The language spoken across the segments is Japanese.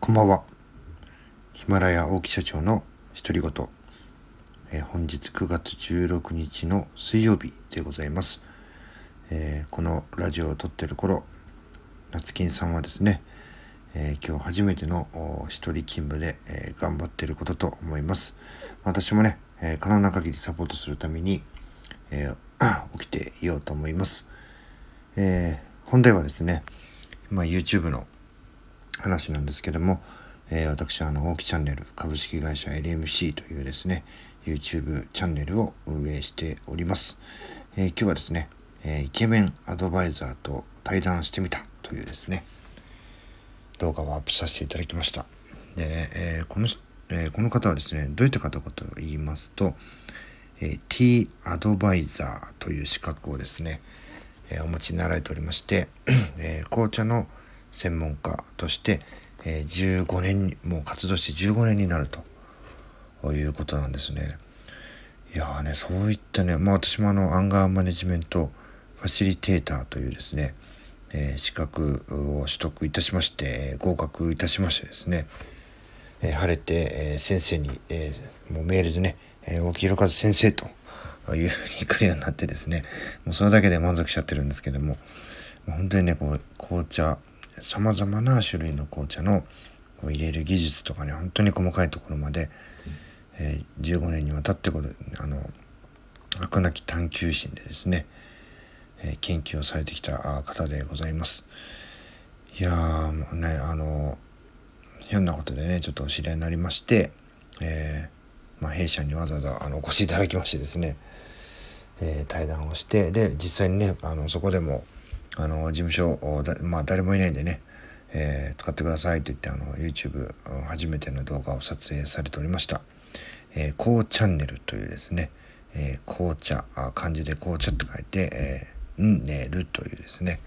こんばんは。ヒマラヤ大木社長の独り言、本日9月16日の水曜日でございます。このラジオを撮ってる頃、夏金さんはですね、今日初めての一人勤務で、頑張っていることと思います。私もね、可能な限りサポートするために、起きていようと思います。本題はですね、YouTube の話なんですけども、私は大木チャンネル株式会社 LMC というですね YouTube チャンネルを運営しております。今日はですね、イケメンアドバイザーと対談してみたというですね動画をアップさせていただきました。で、この方はですね、どういった方かと言いますと、T アドバイザーという資格をですね、お持ちになられておりまして、紅茶の専門家として、15年もう活動して15年になるということなんですね。いやーね、そういったね、私もアンガーマネジメントファシリテーターというですね、資格を取得いたしまして、合格いたしましてですね、晴れて、先生に、もうメールでね、大木弘和先生というふうに来るようになってですね、もうそれだけで満足しちゃってるんですけども、本当にね、紅茶、様々な種類の紅茶の入れる技術とかね、本当に細かいところまで、15年にわたって飽くなき探求心でですね、研究をされてきた方でございます。いやーもうね、ひょんなことでね、ちょっとお知り合いになりまして、弊社にわざわざお越しいただきましてですね、対談をして、で実際にね、そこでも事務所誰もいないんでね、使ってくださいと言ってYouTube 初めての動画を撮影されておりました。こうチャンネルというですね、紅茶、漢字で紅茶って書いて、ねるというですね、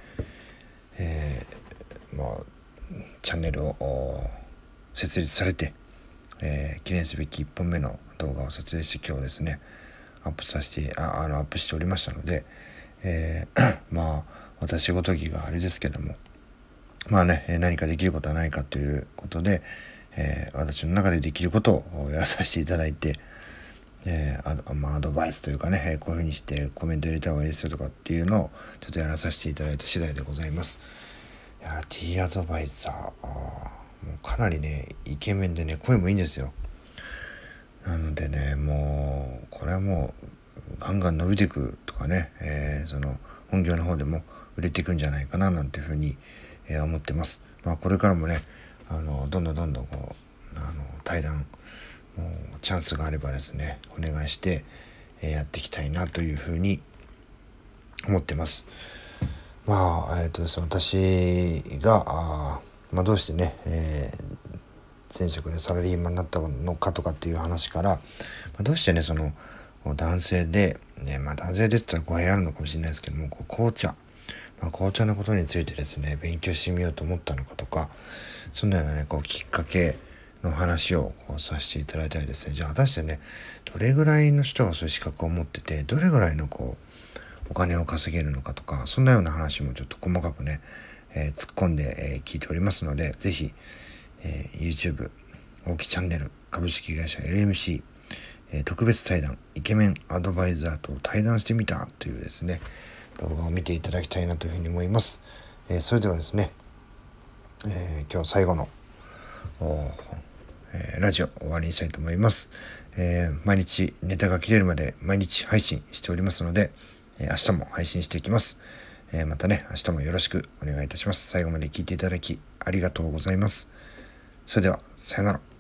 チャンネルを設立されて、記念すべき1本目の動画を撮影して今日ですねアップしておりましたので、私ごときがあれですけども、何かできることはないかということで、私の中でできることをやらさせていただいて、アドバイスというかね、こういうふうにしてコメント入れた方がいいですよとかっていうのをちょっとやらさせていただいた次第でございます。いや T アドバイザー、もうかなりねイケメンでね、声もいいんですよ。なのでね、もうこれはもうガンガン伸びていくとかね、その本業の方でも売れていくんじゃないかななんていうふうに、思ってます。これからもね、どんどん対談チャンスがあればですねお願いして、やっていきたいなというふうに思ってます。私がどうしてね、前職でサラリーマンになったのかとかっていう話から、どうしてねその男性で、男性でって言ったら語弊あるのかもしれないですけども、紅茶のことについてですね勉強してみようと思ったのかとか、そんなようなねきっかけの話をさせていただいたりですね、じゃあ果たしてねどれぐらいの人がそういう資格を持ってて、どれぐらいのお金を稼げるのかとか、そんなような話もちょっと細かくね、突っ込んで、聞いておりますので、ぜひ、YouTube 大木チャンネル株式会社 LMC、特別対談イケメンアドバイザーと対談してみたというですね動画を見ていただきたいなというふうに思います。それではですね、今日最後のラジオ終わりにしたいと思います。毎日ネタが切れるまで毎日配信しておりますので、明日も配信していきます。またね明日もよろしくお願いいたします。最後まで聞いていただきありがとうございます。それではさよなら。